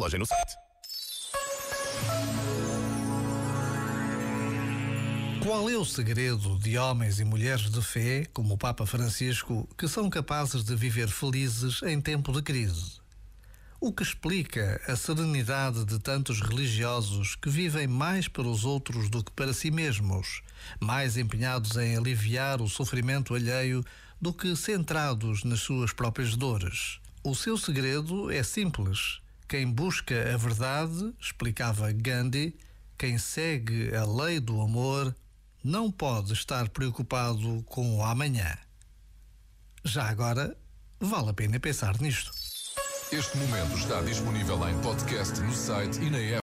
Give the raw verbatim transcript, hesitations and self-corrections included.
loja e no site. Qual é o segredo de homens e mulheres de fé, como o Papa Francisco, que são capazes de viver felizes em tempo de crise? O que explica a serenidade de tantos religiosos que vivem mais para os outros do que para si mesmos, mais empenhados em aliviar o sofrimento alheio do que centrados nas suas próprias dores? O seu segredo é simples. Quem busca a verdade, explicava Gandhi, quem segue a lei do amor, não pode estar preocupado com o amanhã. Já agora, vale a pena pensar nisto. Este momento está disponível em podcast no site e na app.